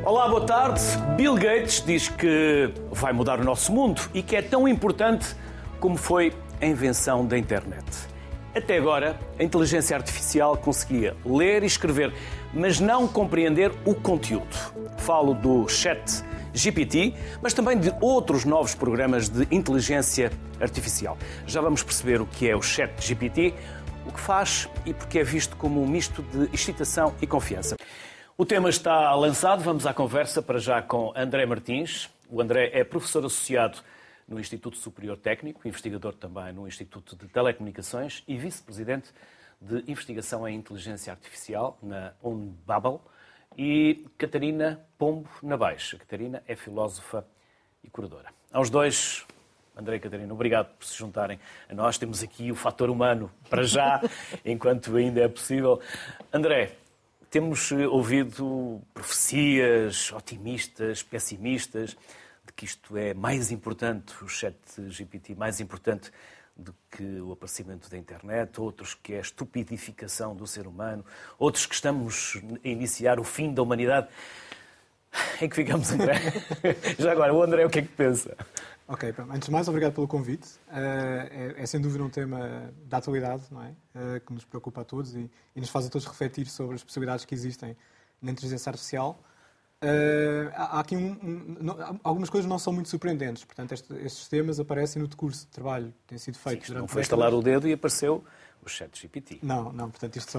Olá, boa tarde. Bill Gates diz que vai mudar o nosso mundo e que é tão importante como foi a invenção da internet. Até agora, a inteligência artificial conseguia ler e escrever, mas não compreender o conteúdo. Falo do ChatGPT, mas também de outros novos programas de inteligência artificial. Já vamos perceber o que é o ChatGPT, o que faz e porque é visto como um misto de excitação e confiança. O tema está lançado, vamos à conversa para já com André Martins. O André é professor associado no Instituto Superior Técnico, investigador também no Instituto de Telecomunicações e vice-presidente de investigação em inteligência artificial na Unbabel. E Catarina Pombo Nabais. A Catarina é filósofa e curadora. Aos dois, André e Catarina, obrigado por se juntarem a nós. Temos aqui o fator humano para já, enquanto ainda é possível. André, temos ouvido profecias otimistas, pessimistas, de que isto é mais importante, o ChatGPT, mais importante do que o aparecimento da internet, outros que é a estupidificação do ser humano, outros que estamos a iniciar o fim da humanidade. Em que ficamos, André? Já agora, o André, o que é que pensa? Ok, antes de mais, obrigado pelo convite. É sem dúvida um tema da atualidade, não é? Que nos preocupa a todos e nos faz a todos refletir sobre as possibilidades que existem na inteligência artificial. Há aqui algumas coisas não são muito surpreendentes. Portanto, estes temas aparecem no decurso de trabalho que tem sido feito. Sim, não foi estalar o dedo e apareceu o ChatGPT. Não. Portanto, isto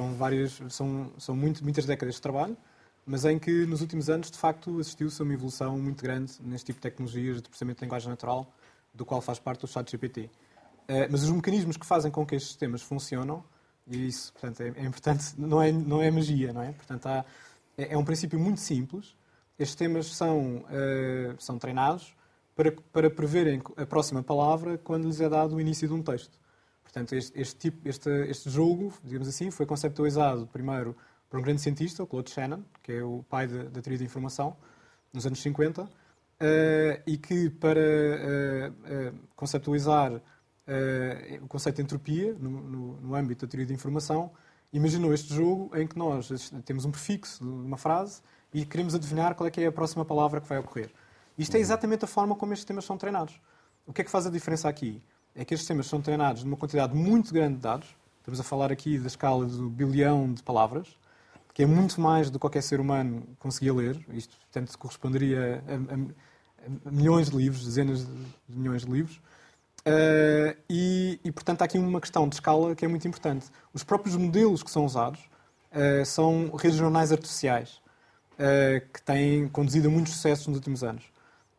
são muitas décadas de trabalho, mas em que nos últimos anos, de facto, assistiu-se a uma evolução muito grande neste tipo de tecnologias de processamento de linguagem natural, do qual faz parte o ChatGPT. Mas os mecanismos que fazem com que estes sistemas funcionam, e isso, portanto, é importante, não é magia, não é? Portanto, é um princípio muito simples. Estes sistemas são treinados para preverem a próxima palavra quando lhes é dado o início de um texto. Portanto, este jogo, digamos assim, foi conceptualizado primeiro por um grande cientista, o Claude Shannon, que é o pai da teoria da informação, nos anos 50, e que, para conceptualizar o conceito de entropia no âmbito da teoria da informação, imaginou este jogo em que nós temos um prefixo de uma frase e queremos adivinhar qual é que é a próxima palavra que vai ocorrer. Isto é exatamente a forma como estes sistemas são treinados. O que é que faz a diferença aqui? É que estes sistemas são treinados numa quantidade muito grande de dados. Estamos a falar aqui da escala do bilhão de palavras, que é muito mais do que qualquer ser humano conseguia ler. Isto, portanto, corresponderia a milhões de livros, dezenas de milhões de livros. Portanto, há aqui uma questão de escala que é muito importante. Os próprios modelos que são usados são redes neuronais artificiais, que têm conduzido a muitos sucessos nos últimos anos.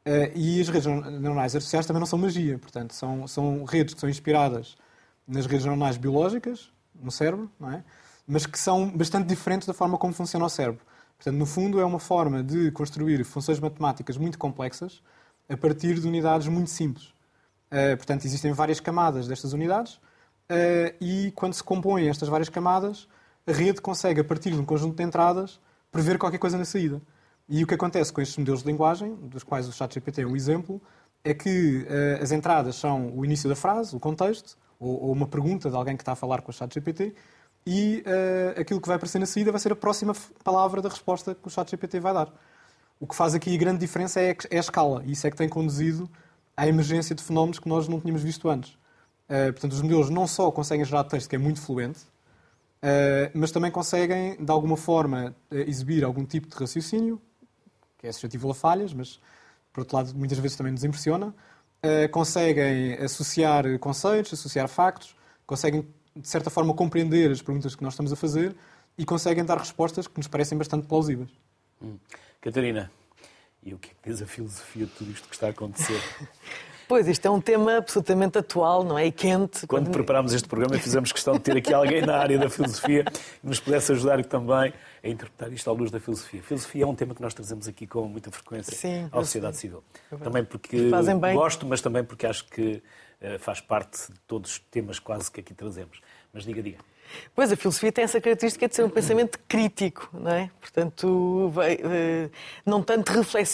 E as redes neuronais artificiais também não são magia. Portanto, são redes que são inspiradas nas redes neuronais biológicas, no cérebro, não é? Mas que são bastante diferentes da forma como funciona o cérebro. Portanto, no fundo, é uma forma de construir funções matemáticas muito complexas a partir de unidades muito simples. Portanto, existem várias camadas destas unidades e, quando se compõem estas várias camadas, a rede consegue, a partir de um conjunto de entradas, prever qualquer coisa na saída. E o que acontece com estes modelos de linguagem, dos quais o ChatGPT é um exemplo, é que as entradas são o início da frase, o contexto, ou uma pergunta de alguém que está a falar com o ChatGPT, e aquilo que vai aparecer na saída vai ser a próxima palavra da resposta que o ChatGPT vai dar. O que faz aqui a grande diferença é a escala, e isso é que tem conduzido à emergência de fenómenos que nós não tínhamos visto antes. Portanto, os modelos não só conseguem gerar texto que é muito fluente, mas também conseguem, de alguma forma, exibir algum tipo de raciocínio, que é suscetível a falhas, mas, por outro lado, muitas vezes também nos impressiona. Conseguem associar conceitos, associar factos, conseguem, de certa forma, compreender as perguntas que nós estamos a fazer e conseguem dar respostas que nos parecem bastante plausíveis. Catarina, e o que é que diz a filosofia de tudo isto que está a acontecer? Pois, isto é um tema absolutamente atual, não é? E quente. Quando preparámos este programa, fizemos questão de ter aqui alguém na área da filosofia que nos pudesse ajudar também a interpretar isto à luz da filosofia. A filosofia é um tema que nós trazemos aqui com muita frequência à sociedade civil. Também porque gosto, mas também porque acho que faz parte de todos os temas quase que aqui trazemos. Mas diga. Pois, a filosofia tem essa característica de ser um pensamento crítico, não é? Portanto, não tanto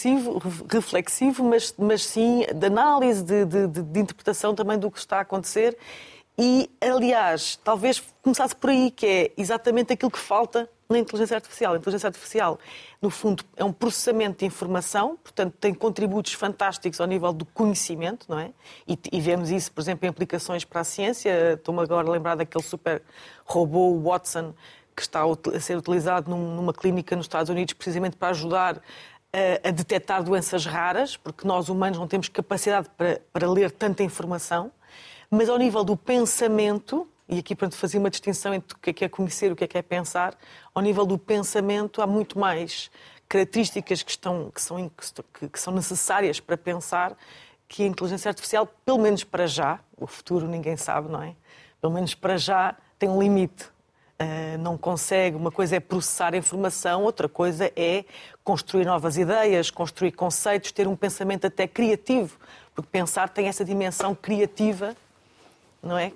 reflexivo, mas sim de análise, de interpretação também do que está a acontecer. E, aliás, talvez começasse por aí, que é exatamente aquilo que falta na inteligência artificial. A inteligência artificial, no fundo, é um processamento de informação, portanto, tem contributos fantásticos ao nível do conhecimento, não é? E vemos isso, por exemplo, em aplicações para a ciência. Estou-me agora a lembrar daquele super robô, o Watson, que está a ser utilizado numa clínica nos Estados Unidos precisamente para ajudar a detectar doenças raras, porque nós humanos não temos capacidade para ler tanta informação, mas ao nível do pensamento, e aqui pronto, fazia uma distinção entre o que é conhecer e o que é pensar, ao nível do pensamento há muito mais características que são necessárias para pensar que a inteligência artificial, pelo menos para já, o futuro ninguém sabe, não é? Pelo menos para já tem um limite. Não consegue, uma coisa é processar a informação, outra coisa é construir novas ideias, construir conceitos, ter um pensamento até criativo, porque pensar tem essa dimensão criativa, não é?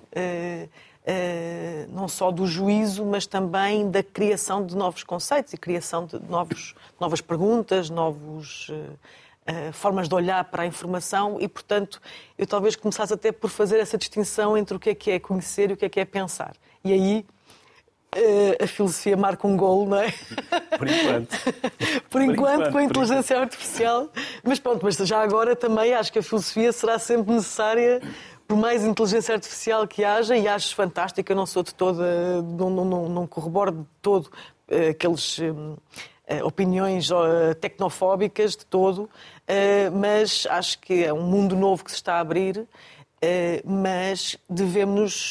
Não só do juízo, mas também da criação de novos conceitos e criação de novas perguntas, novas formas de olhar para a informação e, portanto, eu talvez começasse até por fazer essa distinção entre o que é conhecer e o que é pensar. E aí a filosofia marca um golo, não é? Por enquanto. Por enquanto, com a inteligência artificial. Mas pronto, mas já agora também acho que a filosofia será sempre necessária, por mais inteligência artificial que haja, e acho fantástica, eu não sou de toda, não corroboro de todo aqueles opiniões tecnofóbicas de todo, mas acho que é um mundo novo que se está a abrir, mas devemos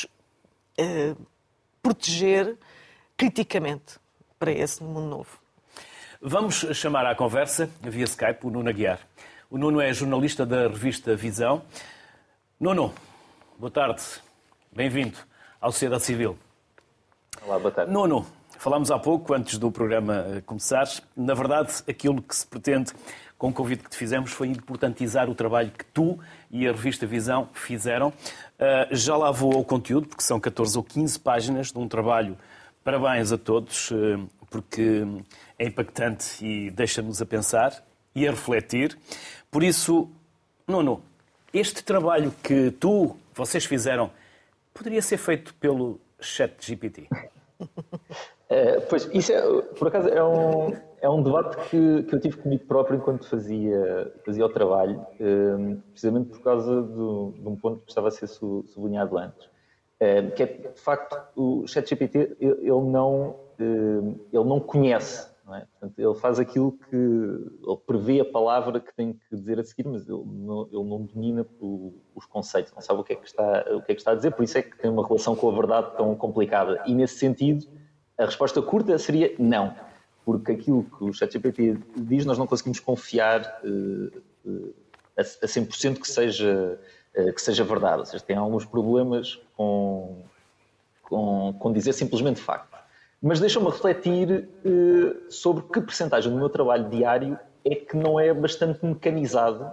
proteger criticamente para esse mundo novo. Vamos chamar à conversa, via Skype, o Nuno Aguiar. O Nuno é jornalista da revista Visão. Nuno, boa tarde. Bem-vindo ao Sociedade Civil. Olá, boa tarde. Nuno, falámos há pouco, antes do programa começar. Na verdade, aquilo que se pretende com o convite que te fizemos foi importantizar o trabalho que tu e a revista Visão fizeram. Já lá vou ao conteúdo, porque são 14 ou 15 páginas de um trabalho. Parabéns a todos, porque é impactante e deixa-nos a pensar e a refletir. Por isso, Nuno, este trabalho que vocês fizeram, poderia ser feito pelo ChatGPT? Pois, isso por acaso é um debate que eu tive comigo próprio enquanto fazia o trabalho, precisamente por causa de um ponto que estava a ser sublinhado antes, que é, de facto, o ChatGPT ele não conhece, não é? Portanto, ele faz aquilo que ele prevê a palavra que tem que dizer a seguir, mas ele não domina os conceitos, não sabe o que é que está a dizer, por isso é que tem uma relação com a verdade tão complicada. E nesse sentido, a resposta curta seria não, porque aquilo que o ChatGPT diz nós não conseguimos confiar a 100% que seja verdade. Ou seja, tem alguns problemas com dizer simplesmente facto. Mas deixa-me refletir sobre que percentagem do meu trabalho diário é que não é bastante mecanizado,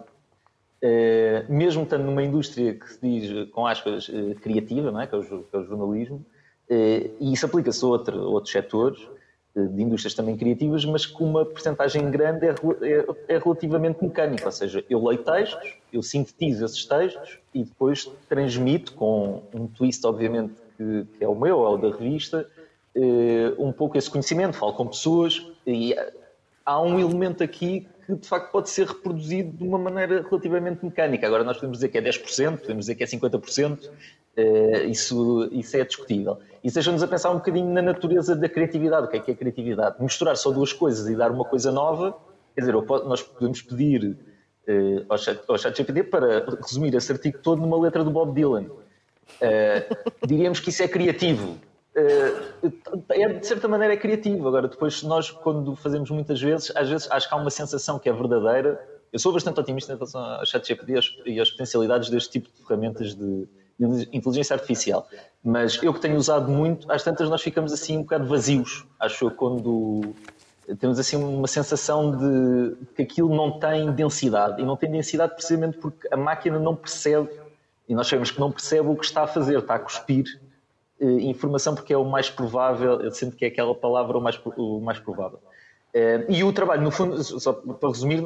mesmo estando numa indústria que se diz, com aspas, criativa, não é? Que é o jornalismo, e isso aplica-se a outros setores de indústrias também criativas, mas com uma percentagem grande é relativamente mecânica, ou seja, eu leio textos, eu sintetizo esses textos e depois transmito com um twist, obviamente, que é o meu, é o da revista, um pouco esse conhecimento, falo com pessoas e há um elemento aqui que de facto pode ser reproduzido de uma maneira relativamente mecânica. Agora nós podemos dizer que é 10%, podemos dizer que é 50%, isso é discutível. Isso deixa-nos a pensar um bocadinho na natureza da criatividade. O que é criatividade? Misturar só duas coisas e dar uma coisa nova, quer dizer, nós podemos pedir ao ChatGPT para resumir esse artigo todo numa letra do Bob Dylan. Diríamos que isso é criativo. De certa maneira é criativo. Agora depois nós, quando fazemos muitas vezes, às vezes acho que há uma sensação que é verdadeira. Eu sou bastante otimista em relação ao ChatGPT e às potencialidades deste tipo de ferramentas de inteligência artificial, mas eu que tenho usado muito, às tantas nós ficamos assim um bocado vazios, acho eu, quando temos assim uma sensação de que aquilo não tem densidade, e não tem densidade precisamente porque a máquina não percebe, e nós sabemos que não percebe o que está a fazer, está a cuspir informação porque é o mais provável, eu sinto que é aquela palavra o mais provável. E o trabalho, no fundo, só para resumir,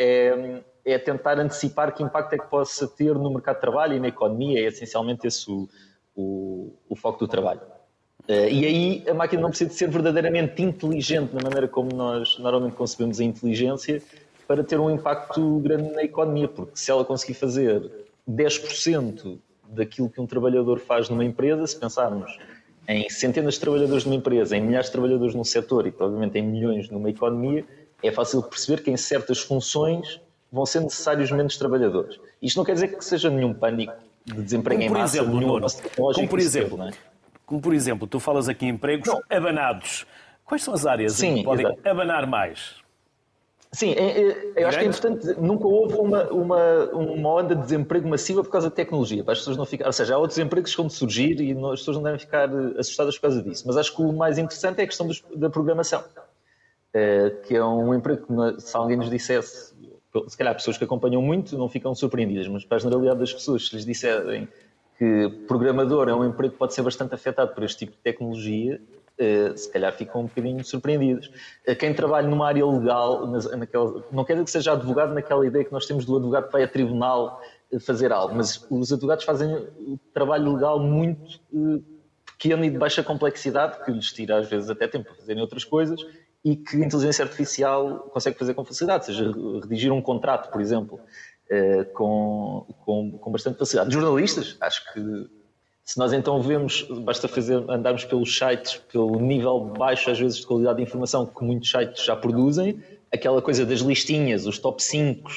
é tentar antecipar que impacto é que possa ter no mercado de trabalho e na economia, é essencialmente esse o foco do trabalho. E aí a máquina não precisa de ser verdadeiramente inteligente na maneira como nós normalmente concebemos a inteligência para ter um impacto grande na economia, porque se ela conseguir fazer 10% daquilo que um trabalhador faz numa empresa, se pensarmos em centenas de trabalhadores numa empresa, em milhares de trabalhadores num setor e provavelmente em milhões numa economia, é fácil perceber que em certas funções vão ser necessários menos trabalhadores. Isto não quer dizer que seja nenhum pânico de desemprego em massa, nenhum avanço tecnológico. Como por exemplo, tu falas aqui em empregos abanados. Quais são as áreas em que podem abanar mais? Sim, eu acho que é importante. Nunca houve uma onda de desemprego massiva por causa da tecnologia. Para as pessoas não ficarem, ou seja, há outros empregos que estão de surgir e as pessoas não devem ficar assustadas por causa disso. Mas acho que o mais interessante é a questão da programação, que é um emprego que, se alguém nos dissesse, se calhar pessoas que acompanham muito não ficam surpreendidas, mas para a generalidade das pessoas, se lhes disserem que programador é um emprego que pode ser bastante afetado por este tipo de tecnologia, se calhar ficam um bocadinho surpreendidos. Quem trabalha numa área legal, não quer dizer que seja advogado naquela ideia que nós temos do advogado que vai a tribunal fazer algo, mas os advogados fazem o trabalho legal muito pequeno e de baixa complexidade, que lhes tira às vezes até tempo para fazerem outras coisas e que a inteligência artificial consegue fazer com facilidade, seja redigir um contrato, por exemplo, com bastante facilidade. Jornalistas, acho que se nós então vemos, basta andarmos pelos sites, pelo nível baixo às vezes de qualidade de informação que muitos sites já produzem, aquela coisa das listinhas, os top 5,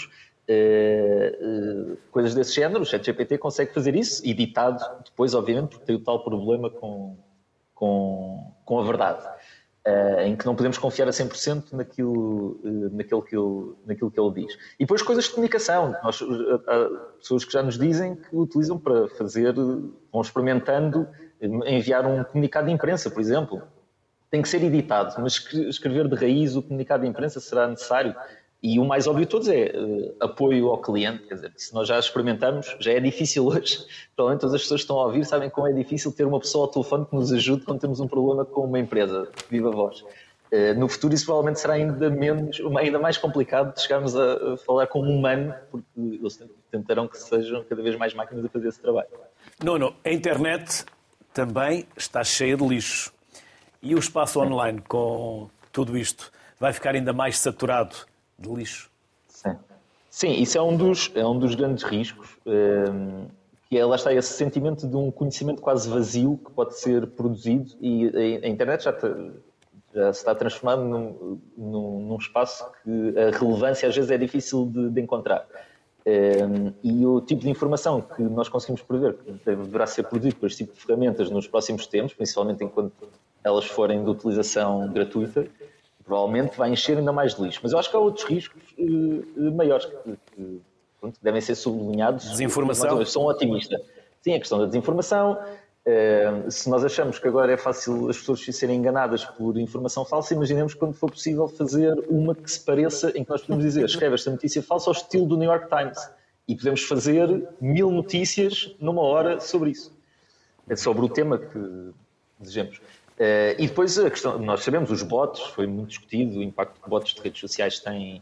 coisas desse género, o ChatGPT consegue fazer isso, editado depois, obviamente, porque tem o tal problema com a verdade. Em que não podemos confiar a 100% naquilo que ele diz. E depois coisas de comunicação. Há pessoas que já nos dizem que utilizam para fazer, vão experimentando, enviar um comunicado de imprensa, por exemplo. Tem que ser editado, mas escrever de raiz o comunicado de imprensa será necessário. E o mais óbvio de todos é apoio ao cliente. Quer dizer, se nós já experimentamos, já é difícil hoje. Provavelmente todas as pessoas que estão a ouvir sabem como é difícil ter uma pessoa ao telefone que nos ajude quando temos um problema com uma empresa, viva voz. No futuro isso provavelmente será ainda mais complicado de chegarmos a falar com um humano, porque eles tentarão que sejam cada vez mais máquinas a fazer esse trabalho. Não, a internet também está cheia de lixo. E o espaço online com tudo isto vai ficar ainda mais saturado de lixo. Sim, isso é um dos grandes riscos, que é, lá está, esse sentimento de um conhecimento quase vazio que pode ser produzido, e a internet já se está transformando num espaço que a relevância às vezes é difícil de encontrar. E o tipo de informação que nós conseguimos prever que deverá ser produzido por este tipo de ferramentas nos próximos tempos, principalmente enquanto elas forem de utilização gratuita, provavelmente vai encher ainda mais de lixo. Mas eu acho que há outros riscos maiores que devem ser sublinhados. Desinformação? Eu sou um otimista. Sim, a questão da desinformação. Se nós achamos que agora é fácil as pessoas serem enganadas por informação falsa, imaginemos quando for possível fazer uma que se pareça, em que nós podemos dizer, escreve esta notícia falsa ao estilo do New York Times. E podemos fazer 1000 notícias numa hora sobre isso. É sobre o tema que desejamos. E depois a questão, nós sabemos, os bots, foi muito discutido o impacto que bots de redes sociais têm,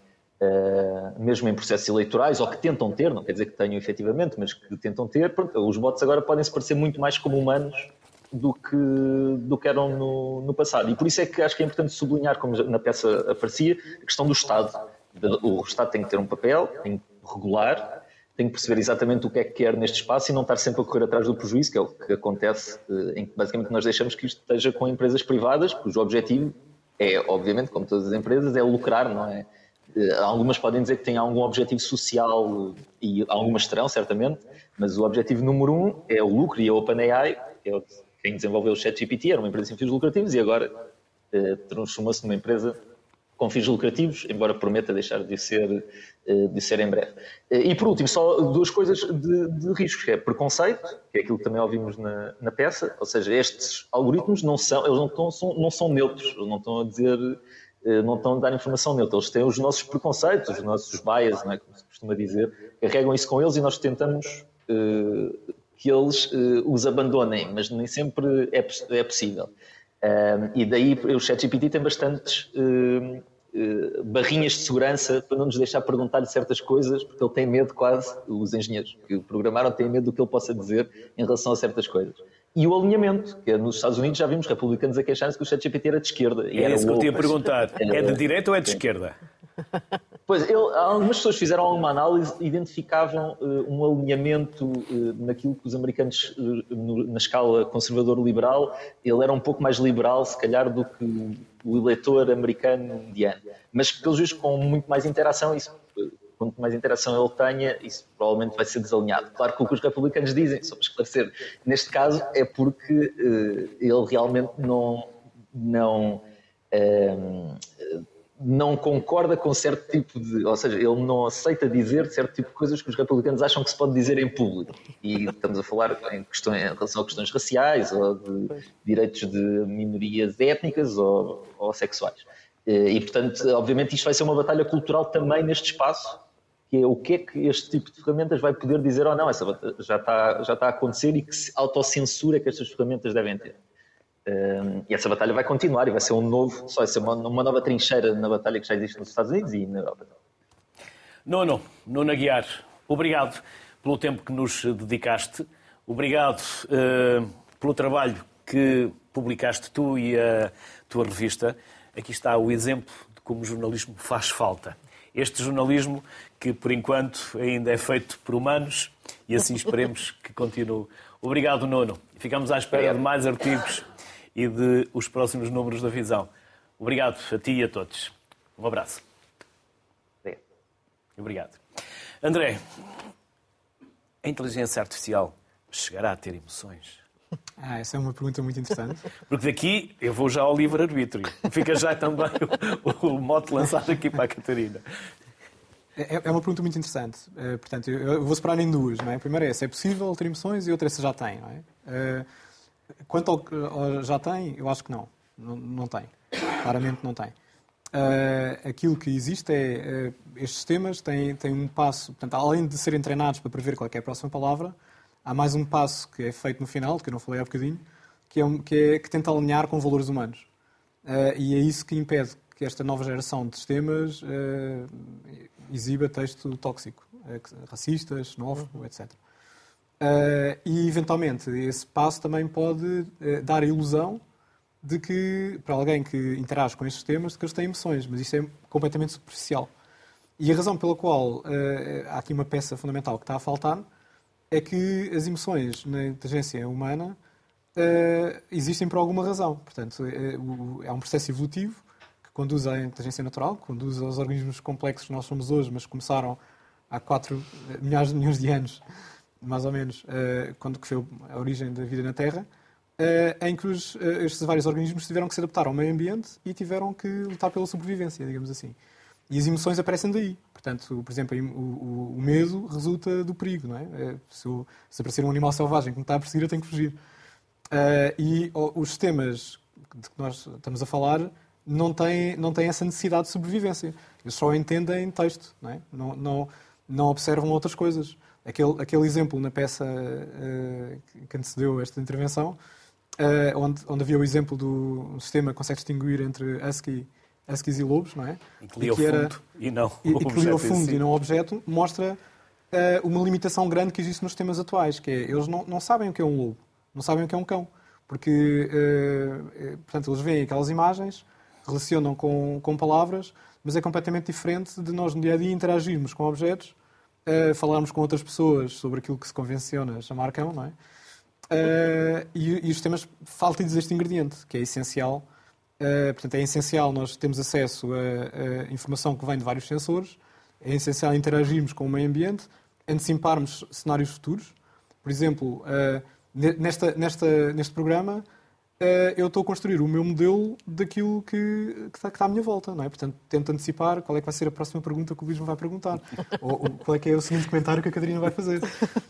mesmo em processos eleitorais, ou que tentam ter, não quer dizer que tenham efetivamente, mas que tentam ter. Pronto, os bots agora podem se parecer muito mais como humanos do que eram no passado. E por isso é que acho que é importante sublinhar, como na peça aparecia, a questão do Estado. O Estado tem que ter um papel, tem que regular, tem que perceber exatamente o que é que quer neste espaço e não estar sempre a correr atrás do prejuízo, que é o que acontece, em que basicamente nós deixamos que isto esteja com empresas privadas, cujo objetivo é, obviamente, como todas as empresas, é lucrar, não é? Algumas podem dizer que têm algum objetivo social e algumas terão, certamente, mas o objetivo número 1 é o lucro, e a OpenAI, que é quem desenvolveu o ChatGPT, era uma empresa sem fins lucrativos e agora transformou-se numa empresa com fins lucrativos, embora prometa deixar de ser em breve. E por último, só duas coisas de riscos, que é preconceito, que é aquilo que também ouvimos na peça, ou seja, estes algoritmos não são neutros, eles não estão a dizer, não estão a dar informação neutra, eles têm os nossos preconceitos, os nossos bias, não é, como se costuma dizer, carregam isso com eles e nós tentamos que eles os abandonem, mas nem sempre é possível. E daí o ChatGPT tem bastantes barrinhas de segurança para não nos deixar perguntar-lhe certas coisas, porque ele tem medo quase, os engenheiros que o programaram têm medo do que ele possa dizer em relação a certas coisas. e o alinhamento, que nos Estados Unidos já vimos republicanos a queixarem-se que o ChatGPT era de esquerda. É isso que eu tinha a perguntar. É de direita ou é de esquerda? Pois, algumas pessoas fizeram alguma análise e identificavam um alinhamento naquilo que os americanos, na escala conservador-liberal, ele era um pouco mais liberal, se calhar, do que o eleitor americano mediano. Mas, pelos vistos, com muito mais interação, quanto mais interação ele tenha, isso provavelmente vai ser desalinhado. Claro que o que os republicanos dizem, só para esclarecer, neste caso, é porque ele realmente não concorda com certo tipo de... Ou seja, ele não aceita dizer certo tipo de coisas que os republicanos acham que se pode dizer em público. E estamos a falar em relação a questões raciais ou de direitos de minorias étnicas ou sexuais. E, portanto, obviamente isto vai ser uma batalha cultural também neste espaço, que é o que é que este tipo de ferramentas vai poder dizer ou não. Essa já está a acontecer e que autocensura que estas ferramentas devem ter. E essa batalha vai continuar e vai ser vai ser uma nova trincheira na batalha que já existe nos Estados Unidos e na Europa. Nuno Aguiar, obrigado pelo tempo que nos dedicaste, obrigado pelo trabalho que publicaste tu e a tua revista. Aqui está o exemplo de como o jornalismo faz falta. Este jornalismo que, por enquanto, ainda é feito por humanos e assim esperemos que continue. Obrigado, Nuno. Ficamos à espera de mais artigos e de os próximos números da Visão. Obrigado a ti e a todos. Um abraço. Obrigado. André, a inteligência artificial chegará a ter emoções? Essa é uma pergunta muito interessante. Porque daqui eu vou já ao livre-arbítrio. Fica já também o mote lançado aqui para a Catarina. É uma pergunta muito interessante. Portanto, eu vou separar em duas. Não é? A primeira é se é possível ter emoções e a outra é se já tem. Não é? Quanto ao já tem, eu acho que não. Não tem. Claramente não tem. Aquilo que existe é... estes sistemas têm um passo... Portanto, além de serem treinados para prever qual é a próxima palavra, há mais um passo que é feito no final, que eu não falei há bocadinho, que tenta alinhar com valores humanos. E é isso que impede que esta nova geração de sistemas exiba texto tóxico, racista, xenófobo, etc. E, eventualmente, esse passo também pode dar a ilusão de que, para alguém que interage com estes temas, de que eles têm emoções, mas isto é completamente superficial. E a razão pela qual há aqui uma peça fundamental que está a faltar é que as emoções na inteligência humana existem por alguma razão. Portanto, é um processo evolutivo que conduz à inteligência natural, que conduz aos organismos complexos que nós somos hoje, mas que começaram há 4 milhões de anos, mais ou menos, quando foi a origem da vida na Terra, em que estes vários organismos tiveram que se adaptar ao meio ambiente e tiveram que lutar pela sobrevivência, digamos assim. E as emoções aparecem daí. Portanto, por exemplo, o medo resulta do perigo, não é? Se aparecer um animal selvagem que me está a perseguir, eu tenho que fugir. E os sistemas de que nós estamos a falar não têm essa necessidade de sobrevivência. Eles só entendem texto, não é? Não observam outras coisas. Aquele exemplo na peça que antecedeu esta intervenção, onde havia o exemplo do sistema que consegue distinguir entre huskies e lobos, não é? E que lia o fundo e não o objeto. E que lia o fundo e não o objeto, mostra uma limitação grande que existe nos sistemas atuais, que é, eles não sabem o que é um lobo, não sabem o que é um cão, porque, portanto, eles veem aquelas imagens, relacionam com palavras, mas é completamente diferente de nós, no dia-a-dia, interagirmos com objetos, falarmos com outras pessoas sobre aquilo que se convenciona chamar cão, não é? E os sistemas faltam-lhes este ingrediente, que é essencial. Portanto, é essencial nós termos acesso a informação que vem de vários sensores, é essencial interagirmos com o meio ambiente, anteciparmos cenários futuros. Por exemplo, neste programa, eu estou a construir o meu modelo daquilo que está à minha volta, não é? Portanto, tento antecipar qual é que vai ser a próxima pergunta que o Luís me vai perguntar, ou qual é que é o seguinte comentário que a Catarina vai fazer.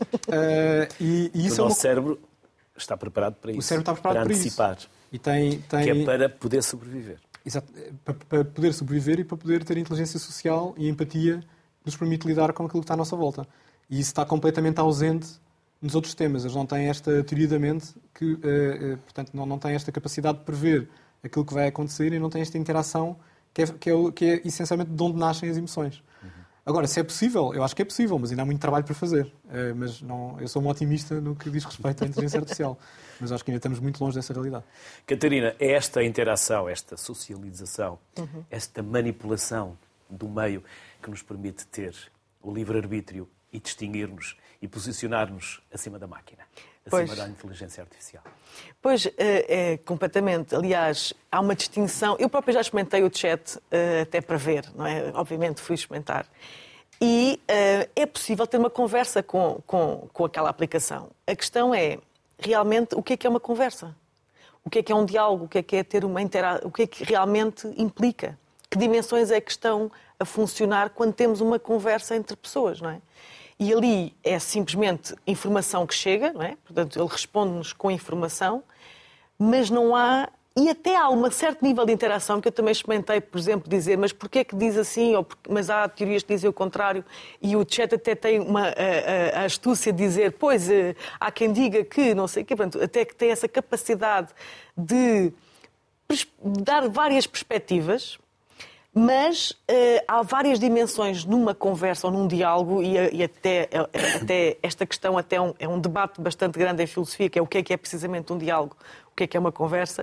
E isso o nosso cérebro está preparado para isso. O cérebro está preparado para antecipar. Isso. E tem... Que é para poder sobreviver. Exato. Para poder sobreviver e para poder ter inteligência social e empatia que nos permite lidar com aquilo que está à nossa volta. E isso está completamente ausente nos outros sistemas. Eles não têm esta teoria da mente, portanto, não têm esta capacidade de prever aquilo que vai acontecer e não têm esta interação que é essencialmente de onde nascem as emoções. Agora, se é possível, eu acho que é possível, mas ainda há muito trabalho para fazer. Mas não, eu sou um otimista no que diz respeito à inteligência artificial, mas acho que ainda estamos muito longe dessa realidade. Catarina, é esta interação, esta socialização, esta manipulação do meio que nos permite ter o livre-arbítrio e distinguir-nos e posicionar-nos acima da máquina, acima da inteligência artificial. Pois, completamente. Aliás, há uma distinção. Eu próprio já experimentei o chat até para ver, não é? Obviamente fui experimentar. E é possível ter uma conversa com aquela aplicação. A questão é, realmente, o que é uma conversa? O que é um diálogo? O que é ter uma interação? O que é que realmente implica? Que dimensões é que estão a funcionar quando temos uma conversa entre pessoas, não é? E ali é simplesmente informação que chega, não é? Portanto, ele responde-nos com informação, mas não há... E até há um certo nível de interação que eu também experimentei, por exemplo, dizer mas porquê é que diz assim? Mas há teorias que dizem o contrário. E o chat até tem a astúcia de dizer pois, há quem diga que não sei o quê. Portanto, até que tem essa capacidade de dar várias perspectivas. Mas há várias dimensões numa conversa ou num diálogo e até esta questão é um debate bastante grande em filosofia, que é o que é precisamente um diálogo, o que é uma conversa.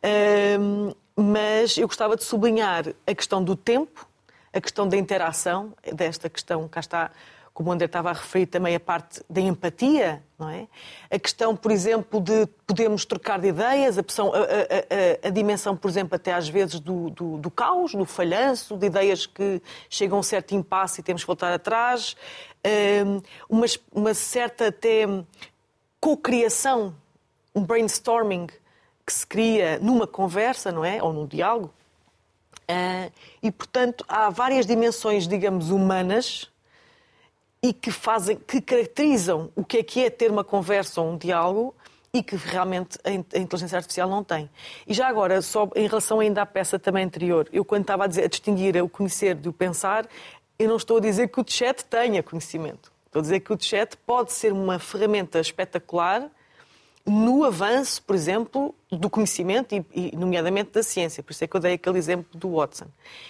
Mas eu gostava de sublinhar a questão do tempo, a questão da interação, desta questão, cá está, como o André estava a referir também, a parte da empatia, não é? A questão, por exemplo, de podermos trocar de ideias, a dimensão, por exemplo, até às vezes do caos, do falhanço, de ideias que chegam a um certo impasse e temos que voltar atrás, uma certa até cocriação, um brainstorming que se cria numa conversa, não é? Ou num diálogo. E, portanto, há várias dimensões, digamos, humanas e que caracterizam o que é ter uma conversa ou um diálogo e que realmente a inteligência artificial não tem. E já agora, só em relação ainda à peça também anterior, eu quando estava a distinguir o conhecer do pensar, eu não estou a dizer que o chat tenha conhecimento. Estou a dizer que o chat pode ser uma ferramenta espetacular no avanço, por exemplo, do conhecimento e nomeadamente da ciência. Por isso é que eu dei aquele exemplo do Watson.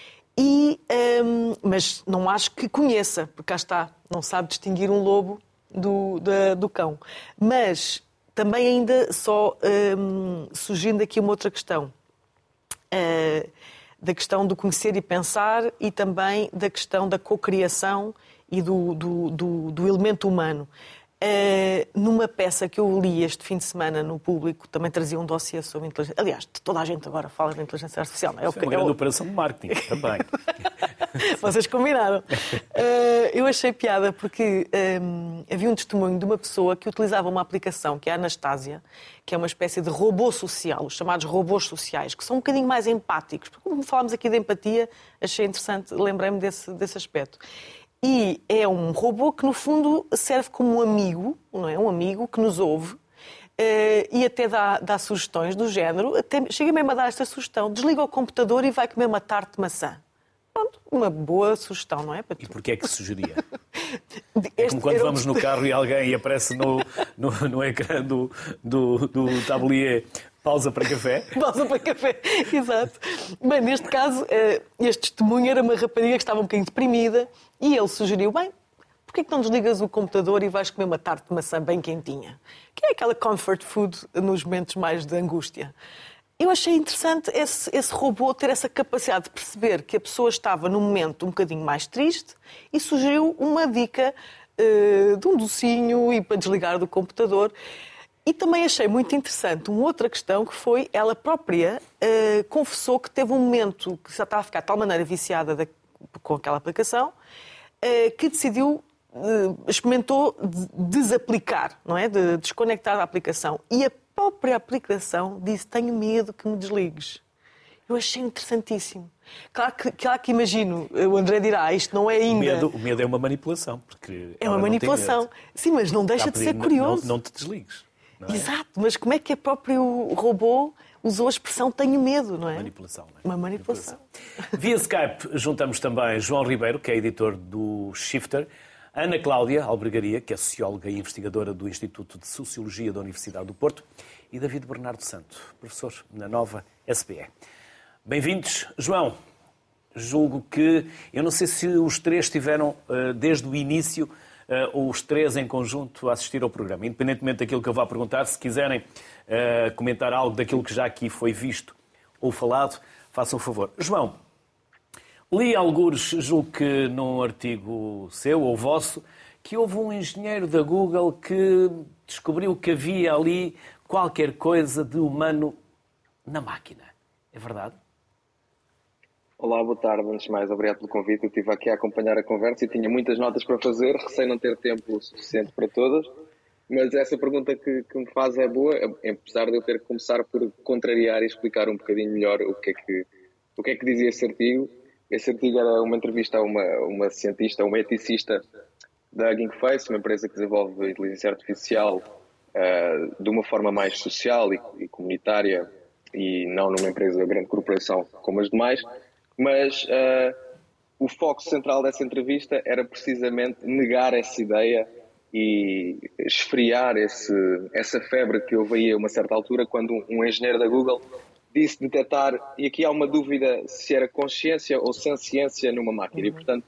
Mas não acho que conheça, porque cá está, não sabe distinguir um lobo do cão. Mas também ainda só surgindo aqui uma outra questão, da questão do conhecer e pensar e também da questão da cocriação e do elemento humano. Numa peça que eu li este fim de semana no Público, também trazia um dossiê sobre inteligência. Aliás, toda a gente agora fala de inteligência artificial. Não é? É uma grande operação de marketing também. Vocês combinaram. Eu achei piada porque havia um testemunho de uma pessoa que utilizava uma aplicação, que é a Anastasia, que é uma espécie de robô social, os chamados robôs sociais, que são um bocadinho mais empáticos. Porque, como falámos aqui de empatia, achei interessante, lembrei-me desse aspecto. E é um robô que, no fundo, serve como um amigo, não é? Um amigo que nos ouve e até dá sugestões do género. Até chega mesmo a dar esta sugestão. Desliga o computador e vai comer uma tarte de maçã. Pronto, uma boa sugestão, não é? E porquê é que sugeria? É como quando vamos no carro e alguém aparece no ecrã do tablier pausa para café. Pausa para café, exato. Bem, neste caso, este testemunho era uma rapariga que estava um bocadinho deprimida e ele sugeriu, bem, porquê que não desligas o computador e vais comer uma tarte de maçã bem quentinha? Que é aquela comfort food nos momentos mais de angústia. Eu achei interessante esse robô ter essa capacidade de perceber que a pessoa estava num momento um bocadinho mais triste e sugeriu uma dica de um docinho e para desligar do computador. E também achei muito interessante uma outra questão que foi, ela própria confessou que teve um momento que já estava a ficar de tal maneira viciada com aquela aplicação que decidiu, experimentou desaplicar, não é? De desconectar da aplicação. E a própria aplicação disse, tenho medo que me desligues. Eu achei interessantíssimo. Claro que imagino, o André dirá, isto não é ainda... O medo é uma manipulação. Porque é uma manipulação. Sim, mas não deixa de ser curioso. Não te desligues. Não é? Exato, mas como é que o próprio robô usou a expressão tenho medo, não é? Manipulação. Não é? Uma manipulação. Via Skype juntamos também João Ribeiro, que é editor do Shifter, Ana Cláudia Albergaria, que é socióloga e investigadora do Instituto de Sociologia da Universidade do Porto, e David Bernardo Santo, professor na nova SBE. Bem-vindos. João, julgo que, eu não sei se os três estiveram desde o início, ou os três em conjunto, a assistir ao programa. Independentemente daquilo que eu vá perguntar, se quiserem comentar algo daquilo que já aqui foi visto ou falado, façam o favor. João, li algures, julgo que num artigo seu ou vosso, que houve um engenheiro da Google que descobriu que havia ali qualquer coisa de humano na máquina. É verdade? Olá, boa tarde. Antes de mais, obrigado pelo convite. Eu estive aqui a acompanhar a conversa e tinha muitas notas para fazer, receio não ter tempo suficiente para todas, mas essa pergunta que me faz é boa, apesar de eu ter que começar por contrariar e explicar um bocadinho melhor o que é que dizia esse artigo. Esse artigo era uma entrevista a uma cientista, uma eticista da Hugging Face, uma empresa que desenvolve inteligência artificial de uma forma mais social e comunitária e não numa empresa, grande corporação como as demais. Mas o foco central dessa entrevista era precisamente negar essa ideia e esfriar essa febre que houve aí a uma certa altura, quando um engenheiro da Google disse detectar, e aqui há uma dúvida se era consciência ou senciência numa máquina, e portanto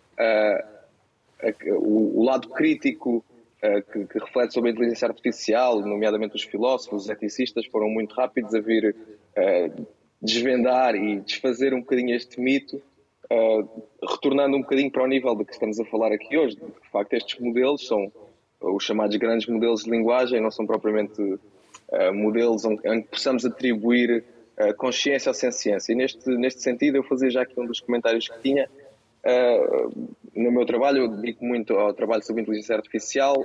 o lado crítico que reflete sobre a inteligência artificial, nomeadamente os filósofos, os eticistas, foram muito rápidos a vir desvendar e desfazer um bocadinho este mito, retornando um bocadinho para o nível de que estamos a falar aqui hoje. De facto, estes modelos são os chamados grandes modelos de linguagem, não são propriamente modelos em que possamos atribuir consciência ou senciência. E neste sentido, eu fazia já aqui um dos comentários que tinha. No meu trabalho, eu dedico muito ao trabalho sobre inteligência artificial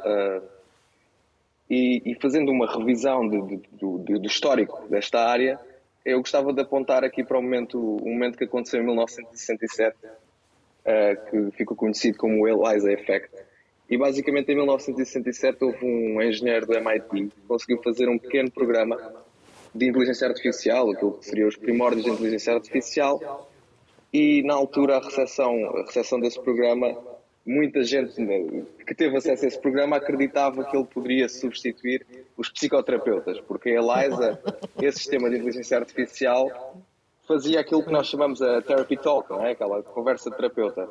e fazendo uma revisão do histórico desta área, eu gostava de apontar aqui para um momento que aconteceu em 1967, que ficou conhecido como o ELIZA Effect. E basicamente em 1967 houve um engenheiro do MIT que conseguiu fazer um pequeno programa de inteligência artificial, aquilo que seriam os primórdios de inteligência artificial, e na altura a recepção desse programa, muita gente que teve acesso a esse programa acreditava que ele poderia substituir os psicoterapeutas, porque a ELIZA, esse sistema de inteligência artificial, fazia aquilo que nós chamamos a therapy talk, não é? Aquela conversa de terapeuta.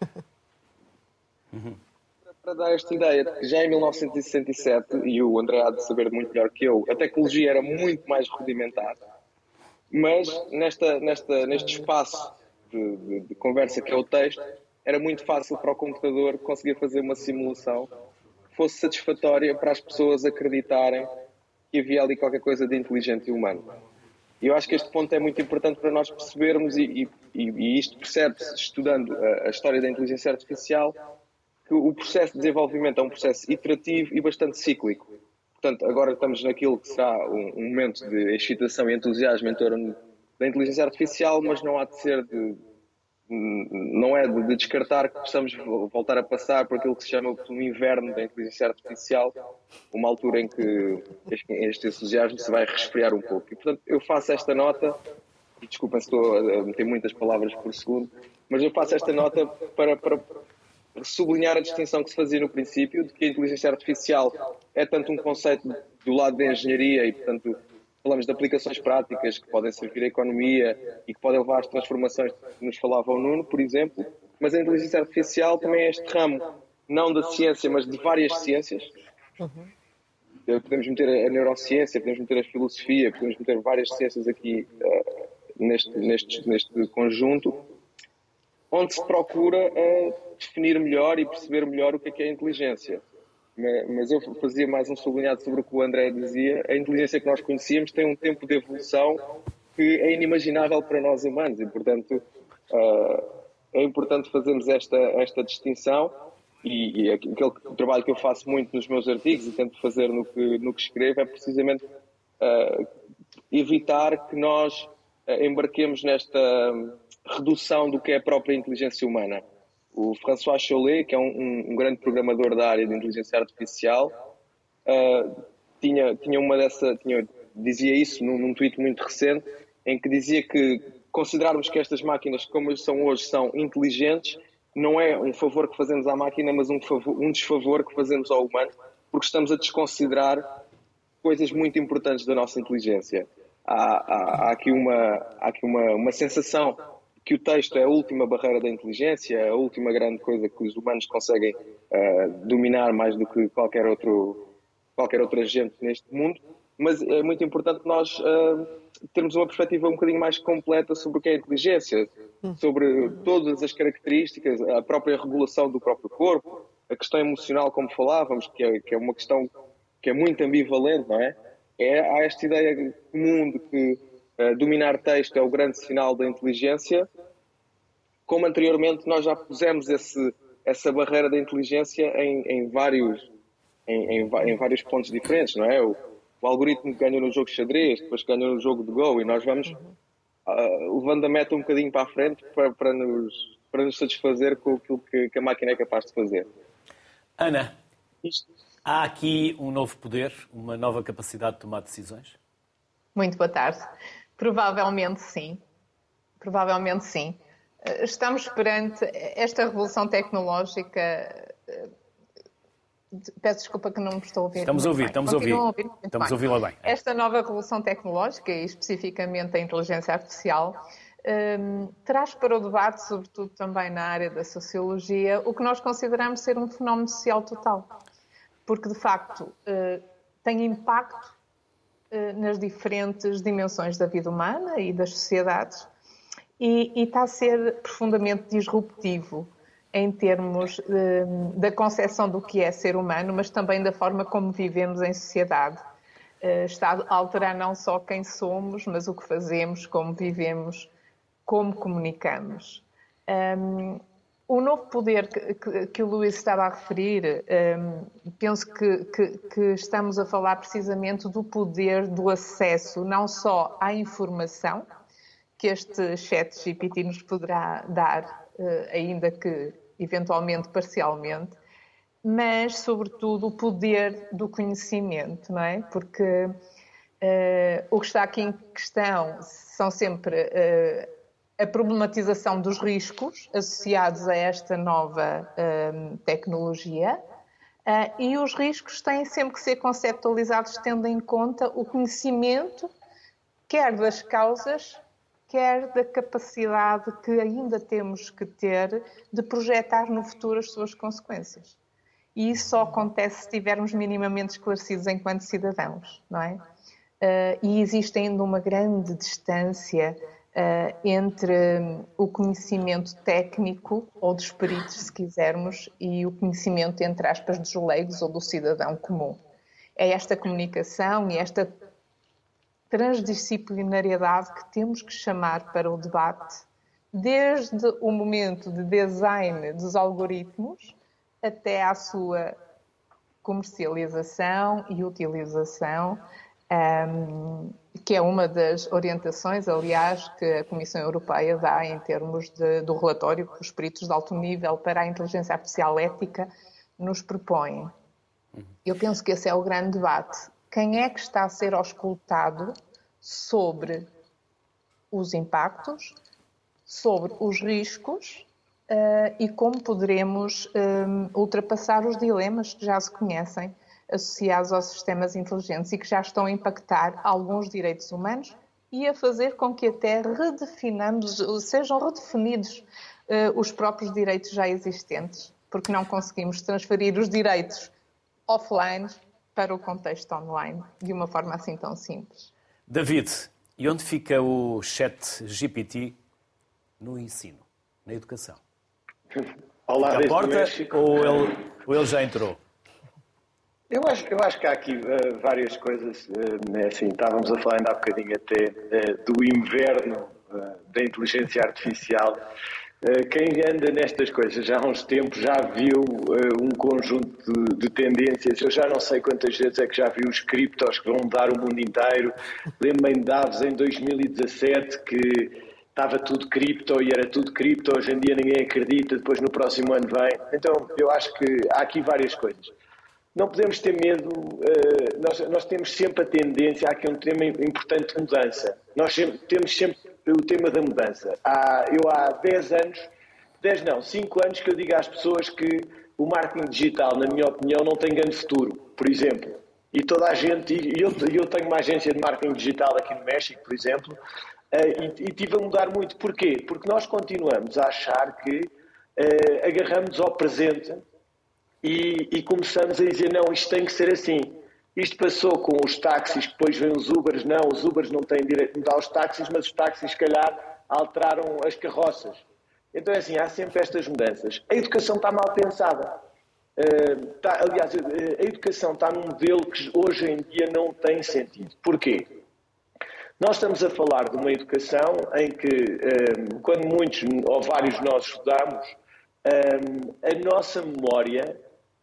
Para dar esta ideia de que já em 1967, e o André há de saber muito melhor que eu, a tecnologia era muito mais rudimentar, mas neste espaço de conversa que é o texto, era muito fácil para o computador conseguir fazer uma simulação que fosse satisfatória para as pessoas acreditarem que havia ali qualquer coisa de inteligente e humano. E eu acho que este ponto é muito importante para nós percebermos, e isto percebe-se estudando a história da inteligência artificial, que o processo de desenvolvimento é um processo iterativo e bastante cíclico. Portanto, agora estamos naquilo que será um momento de excitação e entusiasmo em torno da inteligência artificial, mas não há de ser não é de descartar que possamos voltar a passar por aquilo que se chama o inverno da inteligência artificial, uma altura em que este entusiasmo se vai resfriar um pouco. E, portanto, eu faço esta nota, e desculpem se estou a meter muitas palavras por segundo, mas eu faço esta nota para sublinhar a distinção que se fazia no princípio, de que a inteligência artificial é tanto um conceito do lado da engenharia e, portanto, falamos de aplicações práticas que podem servir à economia e que podem levar às transformações que nos falava o Nuno, por exemplo, mas a inteligência artificial também é este ramo, não da ciência, mas de várias ciências. Podemos meter a neurociência, podemos meter a filosofia, podemos meter várias ciências aqui neste conjunto, onde se procura definir melhor e perceber melhor o que é a inteligência. Mas eu fazia mais um sublinhado sobre o que o André dizia. A inteligência que nós conhecíamos tem um tempo de evolução que é inimaginável para nós humanos e, portanto, é importante fazermos esta distinção e aquele trabalho que eu faço muito nos meus artigos e tento fazer no que escrevo é precisamente evitar que nós embarquemos nesta redução do que é a própria inteligência humana. O François Chollet, que é um grande programador da área de inteligência artificial, dizia isso num tweet muito recente, em que dizia que considerarmos que estas máquinas, como são hoje, são inteligentes, não é um favor que fazemos à máquina, mas um desfavor que fazemos ao humano, porque estamos a desconsiderar coisas muito importantes da nossa inteligência. Há aqui uma sensação que o texto é a última barreira da inteligência, a última grande coisa que os humanos conseguem dominar mais do que qualquer outro agente neste mundo, mas é muito importante nós termos uma perspectiva um bocadinho mais completa sobre o que é a inteligência, sobre todas as características, a própria regulação do próprio corpo, a questão emocional, como falávamos, que é uma questão que é muito ambivalente, não é? Há esta ideia comum de que dominar texto é o grande sinal da inteligência, como anteriormente nós já pusemos essa barreira da inteligência em vários pontos diferentes, não é? O algoritmo ganhou no jogo de xadrez, depois ganhou no jogo de Go, e nós vamos levando a meta um bocadinho para a frente para nos satisfazer com aquilo que a máquina é capaz de fazer. Ana, há aqui um novo poder, uma nova capacidade de tomar decisões? Muito boa tarde. Provavelmente sim. Provavelmente sim. Estamos perante esta revolução tecnológica. Peço desculpa que não me estou a ouvir. Estamos a ouvi-la bem. Esta nova revolução tecnológica, e especificamente a inteligência artificial, traz para o debate, sobretudo também na área da sociologia, o que nós consideramos ser um fenómeno social total. Porque, de facto, tem impacto nas diferentes dimensões da vida humana e das sociedades e está a ser profundamente disruptivo em termos da concepção do que é ser humano, mas também da forma como vivemos em sociedade. Está a alterar não só quem somos, mas o que fazemos, como vivemos, como comunicamos. O novo poder que o Luís estava a referir, penso que estamos a falar precisamente do poder do acesso não só à informação, que este ChatGPT nos poderá dar, ainda que eventualmente parcialmente, mas, sobretudo, o poder do conhecimento, não é? Porque o que está aqui em questão são sempre a problematização dos riscos associados a esta nova tecnologia e os riscos têm sempre que ser conceptualizados tendo em conta o conhecimento, quer das causas, quer da capacidade que ainda temos que ter de projetar no futuro as suas consequências. E isso só acontece se estivermos minimamente esclarecidos enquanto cidadãos, não é? E existe ainda uma grande distância entre o conhecimento técnico, ou dos peritos, se quisermos, e o conhecimento, entre aspas, dos leigos ou do cidadão comum. É esta comunicação e esta transdisciplinariedade que temos que chamar para o debate, desde o momento de design dos algoritmos até à sua comercialização e utilização, que é uma das orientações, aliás, que a Comissão Europeia dá em termos do relatório que os peritos de alto nível para a inteligência artificial ética nos propõem. Eu penso que esse é o grande debate. Quem é que está a ser auscultado sobre os impactos, sobre os riscos e como poderemos ultrapassar os dilemas que já se conhecem associados aos sistemas inteligentes e que já estão a impactar alguns direitos humanos e a fazer com que até sejam redefinidos os próprios direitos já existentes, porque não conseguimos transferir os direitos offline para o contexto online de uma forma assim tão simples. David, e onde fica o ChatGPT no ensino, na educação? Olá, à porta ou ele já entrou? Eu acho que há aqui várias coisas. Assim, estávamos a falar ainda há bocadinho até do inverno da inteligência artificial. Quem anda nestas coisas já há uns tempos já viu um conjunto de tendências. Eu já não sei quantas vezes é que já vi os criptos que vão mudar o mundo inteiro. Lembro-me de Davos em 2017 que estava tudo cripto e era tudo cripto. Hoje em dia ninguém acredita, depois no próximo ano vem. Então eu acho que há aqui várias coisas. Não podemos ter medo, nós temos sempre a tendência, há aqui um tema importante de mudança. Nós temos sempre o tema da mudança. Eu há 5 anos que eu digo às pessoas que o marketing digital, na minha opinião, não tem grande futuro, por exemplo. E toda a gente, eu tenho uma agência de marketing digital aqui no México, por exemplo, E tive a mudar muito. Porquê? Porque nós continuamos a achar que agarramos ao presente e começamos a dizer, não, isto tem que ser assim. Isto passou com os táxis, que depois vêm os Ubers. Não, os Ubers não têm direito de mudar os táxis, mas os táxis, se calhar, alteraram as carroças. Então é assim, há sempre estas mudanças. A educação está mal pensada. Aliás, a educação está num modelo que hoje em dia não tem sentido. Porquê? Nós estamos a falar de uma educação em que, quando muitos ou vários de nós estudamos, a nossa memória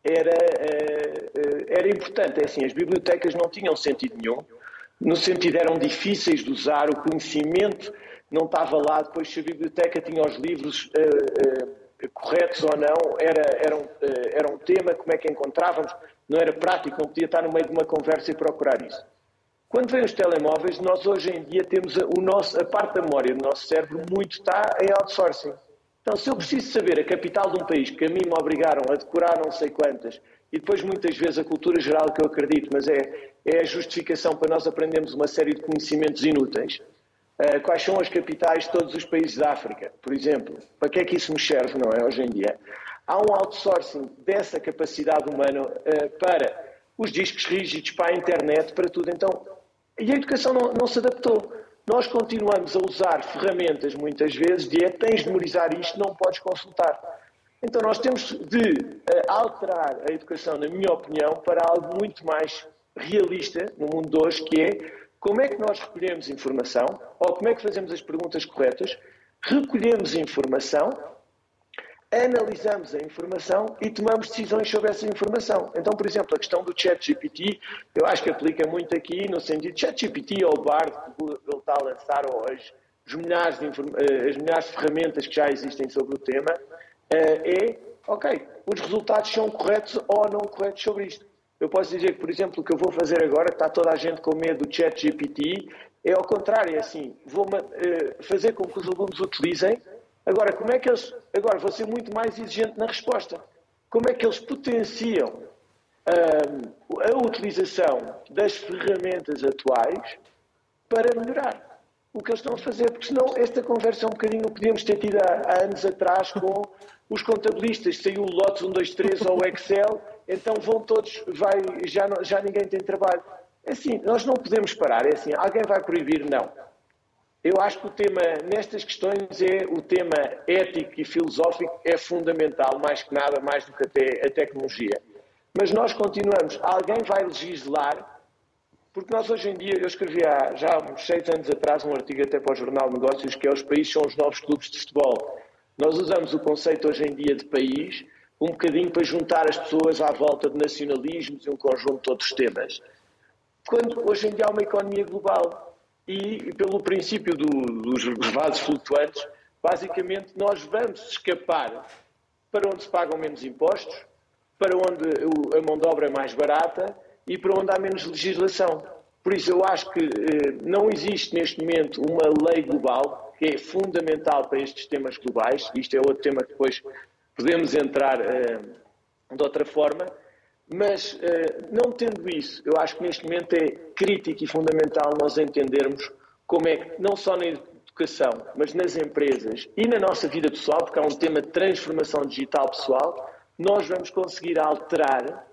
era importante. É assim, as bibliotecas não tinham sentido nenhum, no sentido eram difíceis de usar, o conhecimento não estava lá, depois se a biblioteca tinha os livros corretos ou não, era um tema, como é que encontrávamos, não era prático, não podia estar no meio de uma conversa e procurar isso. Quando vêm os telemóveis, nós hoje em dia temos a parte da memória do nosso cérebro muito está em outsourcing. Então, se eu preciso saber a capital de um país, que a mim me obrigaram a decorar não sei quantas, e depois muitas vezes a cultura geral que eu acredito, mas é a justificação para nós aprendermos uma série de conhecimentos inúteis. Quais são as capitais de todos os países da África, por exemplo? Para que é que isso nos serve, não é, hoje em dia? Há um outsourcing dessa capacidade humana para os discos rígidos, para a internet, para tudo. Então, e a educação não se adaptou. Nós continuamos a usar ferramentas, muitas vezes, tens de memorizar isto, não podes consultar. Então nós temos de alterar a educação, na minha opinião, para algo muito mais realista no mundo de hoje, que é como é que nós recolhemos informação, ou como é que fazemos as perguntas corretas, recolhemos informação, analisamos a informação e tomamos decisões sobre essa informação. Então, por exemplo, a questão do ChatGPT, eu acho que aplica muito aqui, no sentido de ChatGPT ou o Bard, que ele está a lançar, ou as milhares de ferramentas que já existem sobre o tema, ok, os resultados são corretos ou não corretos sobre isto. Eu posso dizer que, por exemplo, o que eu vou fazer agora, que está toda a gente com medo do ChatGPT, é ao contrário, é assim, vou fazer com que os alunos utilizem. Agora, agora vou ser muito mais exigente na resposta. Como é que eles potenciam a utilização das ferramentas atuais para melhorar o que eles estão a fazer? Porque senão esta conversa é um bocadinho, podíamos ter tido há anos atrás com os contabilistas, saiu o Lotus 1, 2, 3 ou o Excel, então vão todos, já ninguém tem trabalho. É assim, nós não podemos parar, é assim, alguém vai proibir? Não. Eu acho que o tema, nestas questões, o tema ético e filosófico é fundamental, mais que nada, mais do que até a tecnologia. Mas nós continuamos, alguém vai legislar, porque nós hoje em dia, eu escrevi já há uns 6 anos atrás um artigo até para o Jornal de Negócios, que é os países são os novos clubes de futebol. Nós usamos o conceito hoje em dia de país um bocadinho para juntar as pessoas à volta de nacionalismos e um conjunto de outros temas. Quando hoje em dia há uma economia global, e pelo princípio dos vasos flutuantes, basicamente nós vamos escapar para onde se pagam menos impostos, para onde a mão de obra é mais barata e para onde há menos legislação. Por isso eu acho que não existe neste momento uma lei global que é fundamental para estes temas globais. Isto é outro tema que depois podemos entrar de outra forma. Mas, não tendo isso, eu acho que neste momento é crítico e fundamental nós entendermos como é que, não só na educação, mas nas empresas e na nossa vida pessoal, porque há um tema de transformação digital pessoal, nós vamos conseguir alterar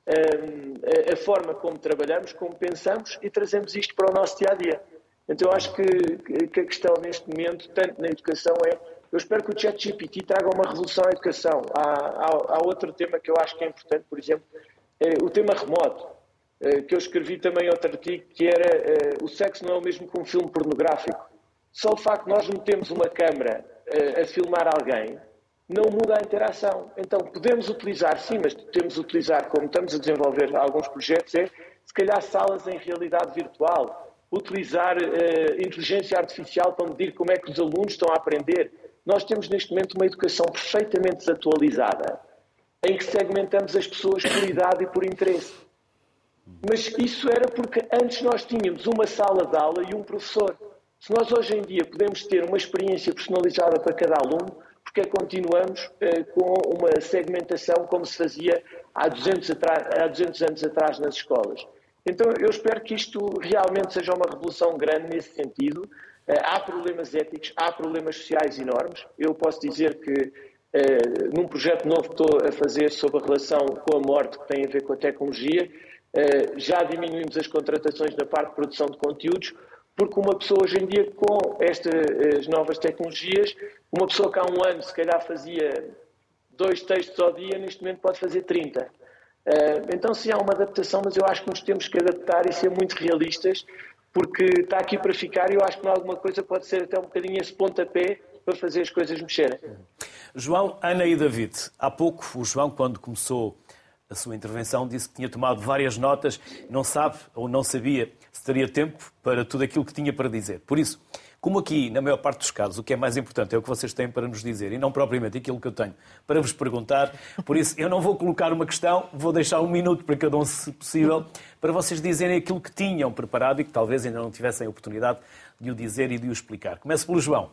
a forma como trabalhamos, como pensamos e trazemos isto para o nosso dia-a-dia. Então, eu acho que a questão neste momento, tanto na educação, eu espero que o ChatGPT traga uma revolução à educação. Há outro tema que eu acho que é importante, por exemplo, o tema remoto, que eu escrevi também outro artigo, que era o sexo não é o mesmo que um filme pornográfico. Só o facto de nós metemos uma câmara a filmar alguém não muda a interação. Então, podemos utilizar, sim, mas temos de utilizar, como estamos a desenvolver alguns projetos, se calhar salas em realidade virtual, utilizar inteligência artificial para medir como é que os alunos estão a aprender. Nós temos neste momento uma educação perfeitamente desatualizada, em que segmentamos as pessoas por idade e por interesse. Mas isso era porque antes nós tínhamos uma sala de aula e um professor. Se nós hoje em dia podemos ter uma experiência personalizada para cada aluno, porque continuamos com uma segmentação como se fazia há 200 anos atrás nas escolas. Então eu espero que isto realmente seja uma revolução grande nesse sentido, Há problemas éticos, há problemas sociais enormes. Eu posso dizer que num projeto novo que estou a fazer sobre a relação com a morte que tem a ver com a tecnologia, já diminuímos as contratações na parte de produção de conteúdos, porque uma pessoa hoje em dia, com estas novas tecnologias, uma pessoa que há um ano se calhar fazia 2 textos ao dia, neste momento pode fazer 30. Então sim, há uma adaptação, mas eu acho que nos temos que adaptar e ser muito realistas, porque está aqui para ficar e eu acho que alguma coisa pode ser até um bocadinho esse pontapé para fazer as coisas mexerem. João, Ana e David, há pouco o João, quando começou a sua intervenção, disse que tinha tomado várias notas, não sabe ou não sabia se teria tempo para tudo aquilo que tinha para dizer. Por isso, como aqui, na maior parte dos casos, o que é mais importante é o que vocês têm para nos dizer e não propriamente aquilo que eu tenho para vos perguntar, por isso eu não vou colocar uma questão, vou deixar 1 minuto para cada um, se possível, para vocês dizerem aquilo que tinham preparado e que talvez ainda não tivessem a oportunidade de o dizer e de o explicar. Começo pelo João.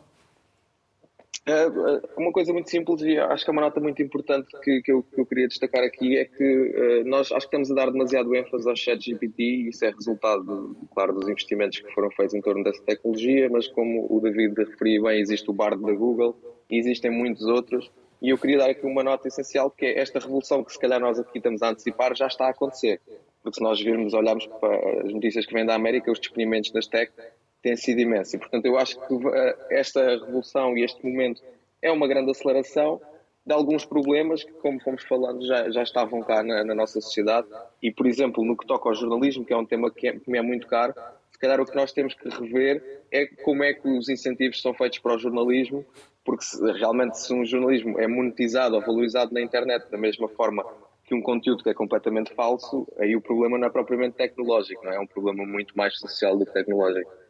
Uma coisa muito simples e acho que é uma nota muito importante que eu queria destacar aqui é que nós acho que estamos a dar demasiado ênfase ao ChatGPT e isso é resultado, claro, dos investimentos que foram feitos em torno dessa tecnologia, mas como o David referiu bem, existe o Bard da Google e existem muitos outros e eu queria dar aqui uma nota essencial que é esta revolução que se calhar nós aqui estamos a antecipar já está a acontecer, porque se nós olharmos para as notícias que vêm da América, os despedimentos das tech tem sido imenso. E, portanto, eu acho que esta revolução e este momento é uma grande aceleração de alguns problemas que, como fomos falando, já estavam cá na nossa sociedade. E, por exemplo, no que toca ao jornalismo, que é um tema que me é muito caro, se calhar o que nós temos que rever é como é que os incentivos são feitos para o jornalismo, porque realmente se um jornalismo é monetizado ou valorizado na internet da mesma forma que um conteúdo que é completamente falso, aí o problema não é propriamente tecnológico, não é? É um problema muito mais social do que tecnológico.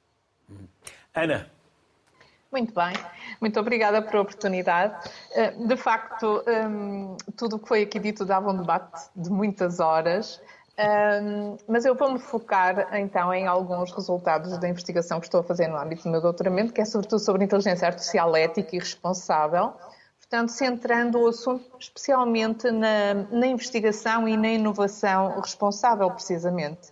Ana. Muito bem, muito obrigada pela oportunidade. De facto, tudo o que foi aqui dito dava um debate de muitas horas, mas eu vou-me focar então em alguns resultados da investigação que estou a fazer no âmbito do meu doutoramento, que é sobretudo sobre inteligência artificial ética e responsável, portanto centrando o assunto especialmente na investigação e na inovação responsável, precisamente.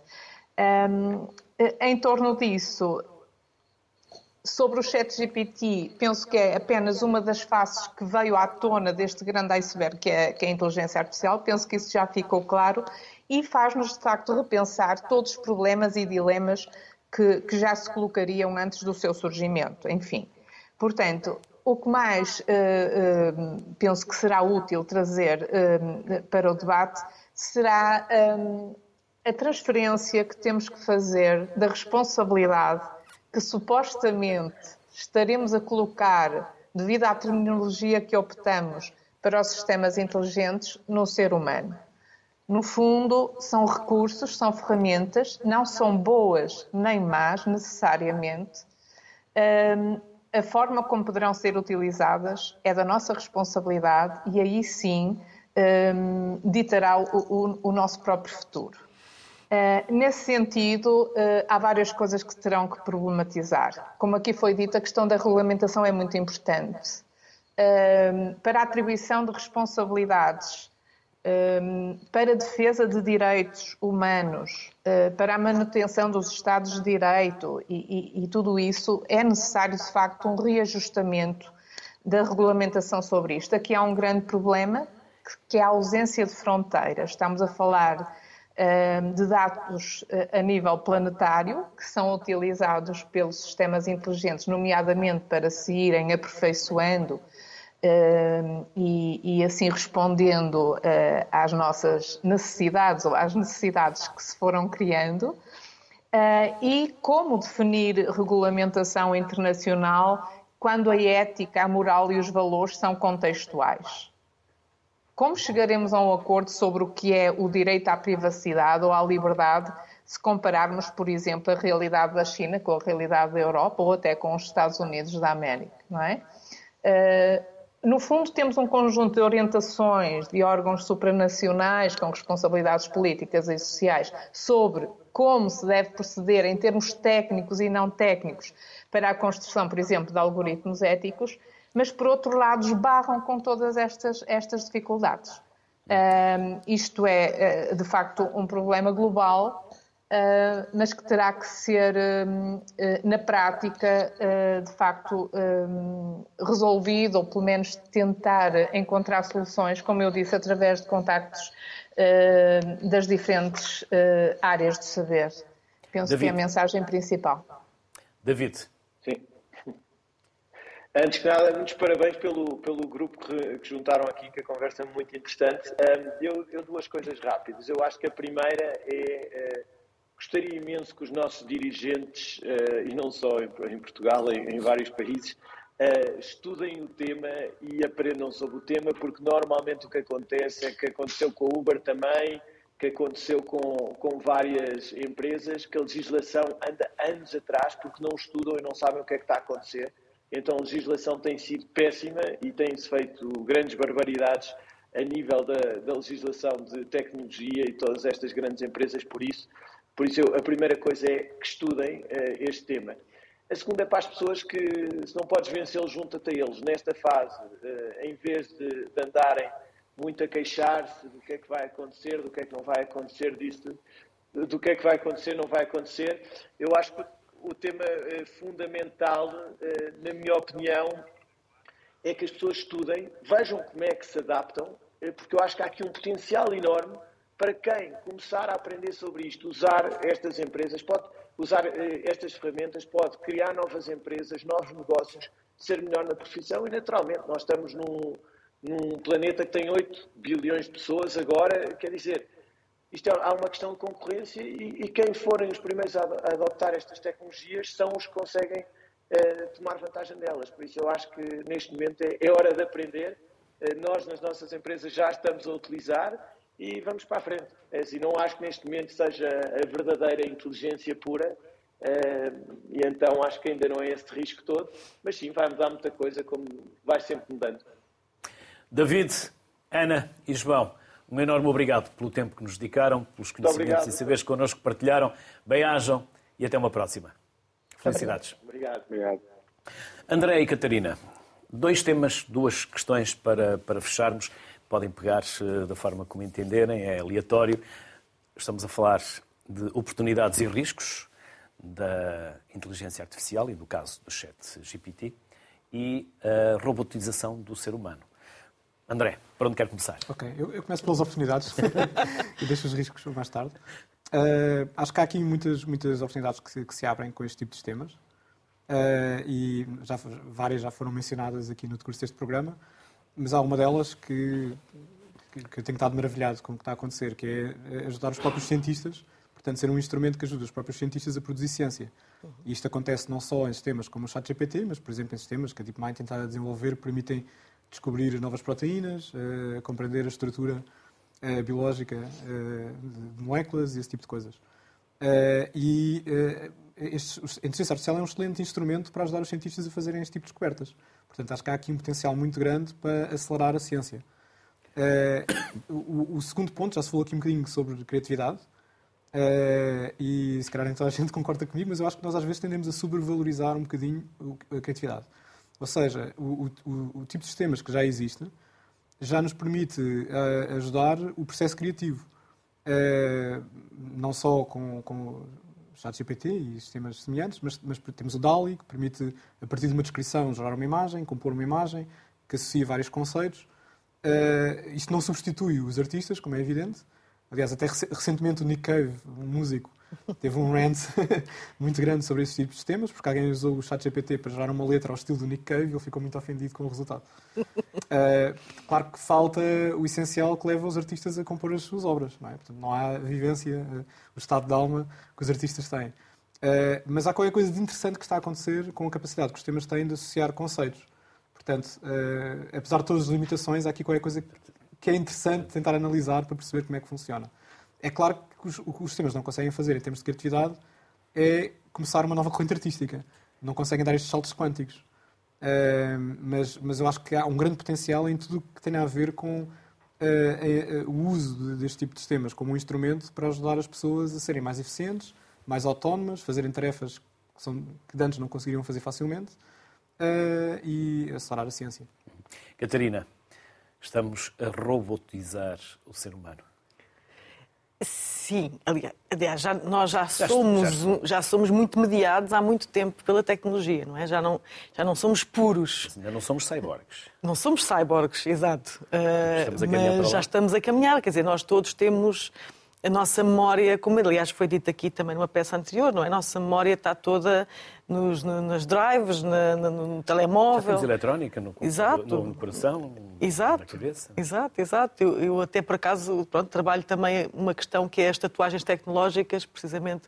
Em torno disso, sobre o ChatGPT, penso que é apenas uma das faces que veio à tona deste grande iceberg que é a inteligência artificial. Penso que isso já ficou claro e faz-nos, de facto, repensar todos os problemas e dilemas que já se colocariam antes do seu surgimento. Enfim, portanto, o que mais penso que será útil trazer para o debate será a transferência que temos que fazer da responsabilidade que supostamente estaremos a colocar, devido à terminologia que optamos para os sistemas inteligentes, no ser humano. No fundo, são recursos, são ferramentas, não são boas nem más, necessariamente. A forma como poderão ser utilizadas é da nossa responsabilidade e aí sim ditará o nosso próprio futuro. Nesse sentido, há várias coisas que terão que problematizar. Como aqui foi dito, a questão da regulamentação é muito importante. Para a atribuição de responsabilidades, para a defesa de direitos humanos, para a manutenção dos Estados de Direito e tudo isso, é necessário, de facto, um reajustamento da regulamentação sobre isto. Aqui há um grande problema, que é a ausência de fronteiras. Estamos a falar de dados a nível planetário, que são utilizados pelos sistemas inteligentes, nomeadamente para se irem aperfeiçoando e assim respondendo às nossas necessidades ou às necessidades que se foram criando, e como definir regulamentação internacional quando a ética, a moral e os valores são contextuais. Como chegaremos a um acordo sobre o que é o direito à privacidade ou à liberdade se compararmos, por exemplo, a realidade da China com a realidade da Europa ou até com os Estados Unidos da América, não é? No fundo, temos um conjunto de orientações de órgãos supranacionais com responsabilidades políticas e sociais sobre como se deve proceder em termos técnicos e não técnicos para a construção, por exemplo, de algoritmos éticos, mas, por outro lado, esbarram com todas estas dificuldades. Isto é, de facto, um problema global mas que terá que ser, na prática, de facto, resolvido, ou pelo menos tentar encontrar soluções, como eu disse, através de contactos das diferentes áreas de saber. Penso David. que é a mensagem principal. David. Sim. Antes que nada, muitos parabéns pelo grupo que juntaram aqui, que a conversa é muito interessante. Eu duas coisas rápidas. Eu acho que a primeira é... gostaria imenso que os nossos dirigentes, e não só em Portugal, em vários países, estudem o tema e aprendam sobre o tema, porque normalmente o que acontece é que aconteceu com a Uber também, que aconteceu com várias empresas, que a legislação anda anos atrás porque não estudam e não sabem o que é que está a acontecer. Então a legislação tem sido péssima e tem-se feito grandes barbaridades a nível da legislação de tecnologia e todas estas grandes empresas. Por isso a primeira coisa é que estudem este tema. A segunda é para as pessoas que, se não podes vencê-los, junta-te a eles. Nesta fase, em vez de andarem muito a queixar-se do que é que vai acontecer, do que é que não vai acontecer, do que é que vai acontecer, não vai acontecer, eu acho que o tema fundamental, na minha opinião, é que as pessoas estudem, vejam como é que se adaptam, porque eu acho que há aqui um potencial enorme para quem começar a aprender sobre isto, usar estas empresas, pode usar estas ferramentas, pode criar novas empresas, novos negócios, ser melhor na profissão e, naturalmente, nós estamos num planeta que tem 8 bilhões de pessoas agora, quer dizer, há uma questão de concorrência e quem forem os primeiros a adoptar estas tecnologias são os que conseguem tomar vantagem delas. Por isso eu acho que neste momento é hora de aprender. Nós, nas nossas empresas, já estamos a utilizar e vamos para a frente. Assim, não acho que neste momento seja a verdadeira inteligência pura e então acho que ainda não é esse risco todo, mas sim, vai mudar muita coisa, como vai sempre mudando. David, Ana e João, um enorme obrigado pelo tempo que nos dedicaram, pelos conhecimentos e saberes que connosco partilharam. Bem-ajam e até uma próxima. Felicidades. Obrigado. André e Catarina, 2 temas, 2 questões para fecharmos. Podem pegar da forma como entenderem, é aleatório. Estamos a falar de oportunidades e riscos da inteligência artificial e do caso do ChatGPT e a robotização do ser humano. André, para onde quer começar? Ok, eu começo pelas oportunidades e deixo os riscos mais tarde. Acho que há aqui muitas oportunidades que se abrem com este tipo de temas e várias já foram mencionadas aqui no decurso deste programa, mas há uma delas que eu tenho estado maravilhado com o que está a acontecer, que é ajudar os próprios cientistas, portanto ser um instrumento que ajuda os próprios cientistas a produzir ciência. E isto acontece não só em sistemas como o ChatGPT, mas, por exemplo, em sistemas que a DeepMind tem estado a desenvolver, que permitem descobrir novas proteínas, compreender a estrutura biológica de moléculas e esse tipo de coisas. A inteligência artificial é um excelente instrumento para ajudar os cientistas a fazerem este tipo de descobertas. Portanto, acho que há aqui um potencial muito grande para acelerar a ciência. O segundo ponto, já se falou aqui um bocadinho sobre criatividade, e se calhar então a gente concorda comigo, mas eu acho que nós às vezes tendemos a sobrevalorizar um bocadinho a criatividade. Ou seja, o tipo de sistemas que já existe já nos permite ajudar o processo criativo. Não só com o ChatGPT e sistemas semelhantes, mas temos o DALL-E, que permite, a partir de uma descrição, gerar uma imagem, compor uma imagem, que associa vários conceitos. Isto não substitui os artistas, como é evidente. Aliás, até recentemente o Nick Cave, um músico, teve um rant muito grande sobre estes tipos de sistemas, porque alguém usou o ChatGPT para gerar uma letra ao estilo do Nick Cave e ele ficou muito ofendido com o resultado. Claro que falta o essencial que leva os artistas a compor as suas obras. Não é? Portanto, não há a vivência, o estado de alma que os artistas têm. Mas há qualquer coisa de interessante que está a acontecer com a capacidade que os sistemas têm de associar conceitos. Portanto, apesar de todas as limitações, há aqui qualquer coisa que é interessante tentar analisar para perceber como é que funciona. É claro que o que os sistemas não conseguem fazer em termos de criatividade é começar uma nova corrente artística. Não conseguem dar estes saltos quânticos. Mas eu acho que há um grande potencial em tudo o que tem a ver com o uso deste tipo de sistemas como um instrumento para ajudar as pessoas a serem mais eficientes, mais autónomas, fazerem tarefas que antes não conseguiriam fazer facilmente e acelerar a ciência. Catarina, estamos a robotizar o ser humano. Sim, aliás, nós já somos muito mediados há muito tempo pela tecnologia, não é? Já não somos puros. Ainda não somos cyborgs. Não somos cyborgs, exato. Mas já estamos a caminhar, quer dizer, nós todos temos a nossa memória, como aliás foi dito aqui também numa peça anterior, não é? A nossa memória está toda nas drives, no telemóvel. Já temos eletrónica no coração, na cabeça. Exato. Eu até por acaso trabalho também uma questão que é as tatuagens tecnológicas, precisamente,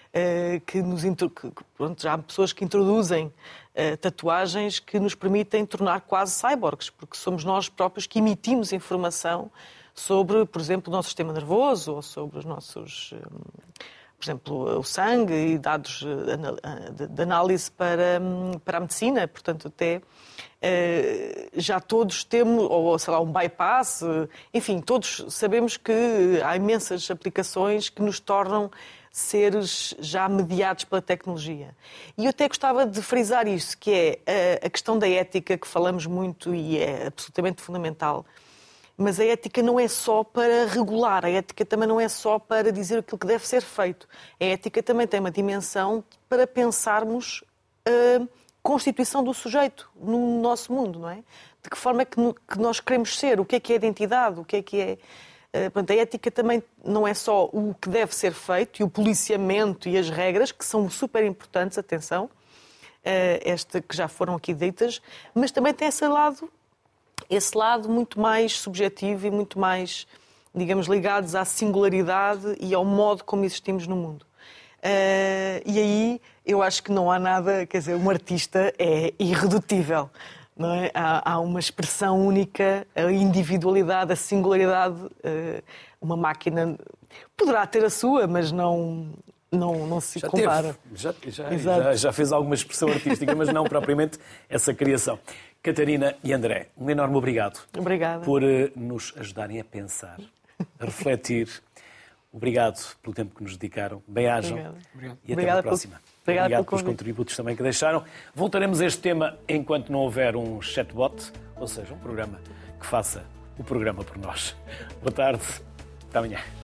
já há pessoas que introduzem tatuagens que nos permitem tornar quase cyborgs, porque somos nós próprios que emitimos informação sobre, por exemplo, o nosso sistema nervoso ou sobre os nossos, por exemplo, o sangue e dados de análise para a medicina. Portanto, até já todos temos, ou sei lá, um bypass, enfim, todos sabemos que há imensas aplicações que nos tornam seres já mediados pela tecnologia. E eu até gostava de frisar isso, que é a questão da ética, que falamos muito e é absolutamente fundamental. Mas a ética não é só para regular, a ética também não é só para dizer aquilo que deve ser feito. A ética também tem uma dimensão para pensarmos a constituição do sujeito no nosso mundo, não é? De que forma é que nós queremos ser, o que é identidade, o que é... Portanto, a ética também não é só o que deve ser feito e o policiamento e as regras, que são super importantes, atenção, que já foram aqui ditas, mas também tem esse lado muito mais subjetivo e muito mais, digamos, ligados à singularidade e ao modo como existimos no mundo. E aí eu acho que não há nada, quer dizer, um artista é irredutível, não é? Há uma expressão única, a individualidade, a singularidade. Uma máquina poderá ter a sua, mas não se compara. Já fez alguma expressão artística, mas não propriamente essa criação. Catarina e André, um enorme obrigado. Obrigada. Por nos ajudarem a pensar, a refletir. Obrigado pelo tempo que nos dedicaram. Bem-ajam. E até a próxima. Obrigado pelos contributos também que deixaram. Voltaremos a este tema enquanto não houver um chatbot, ou seja, um programa que faça o programa por nós. Boa tarde. Até amanhã.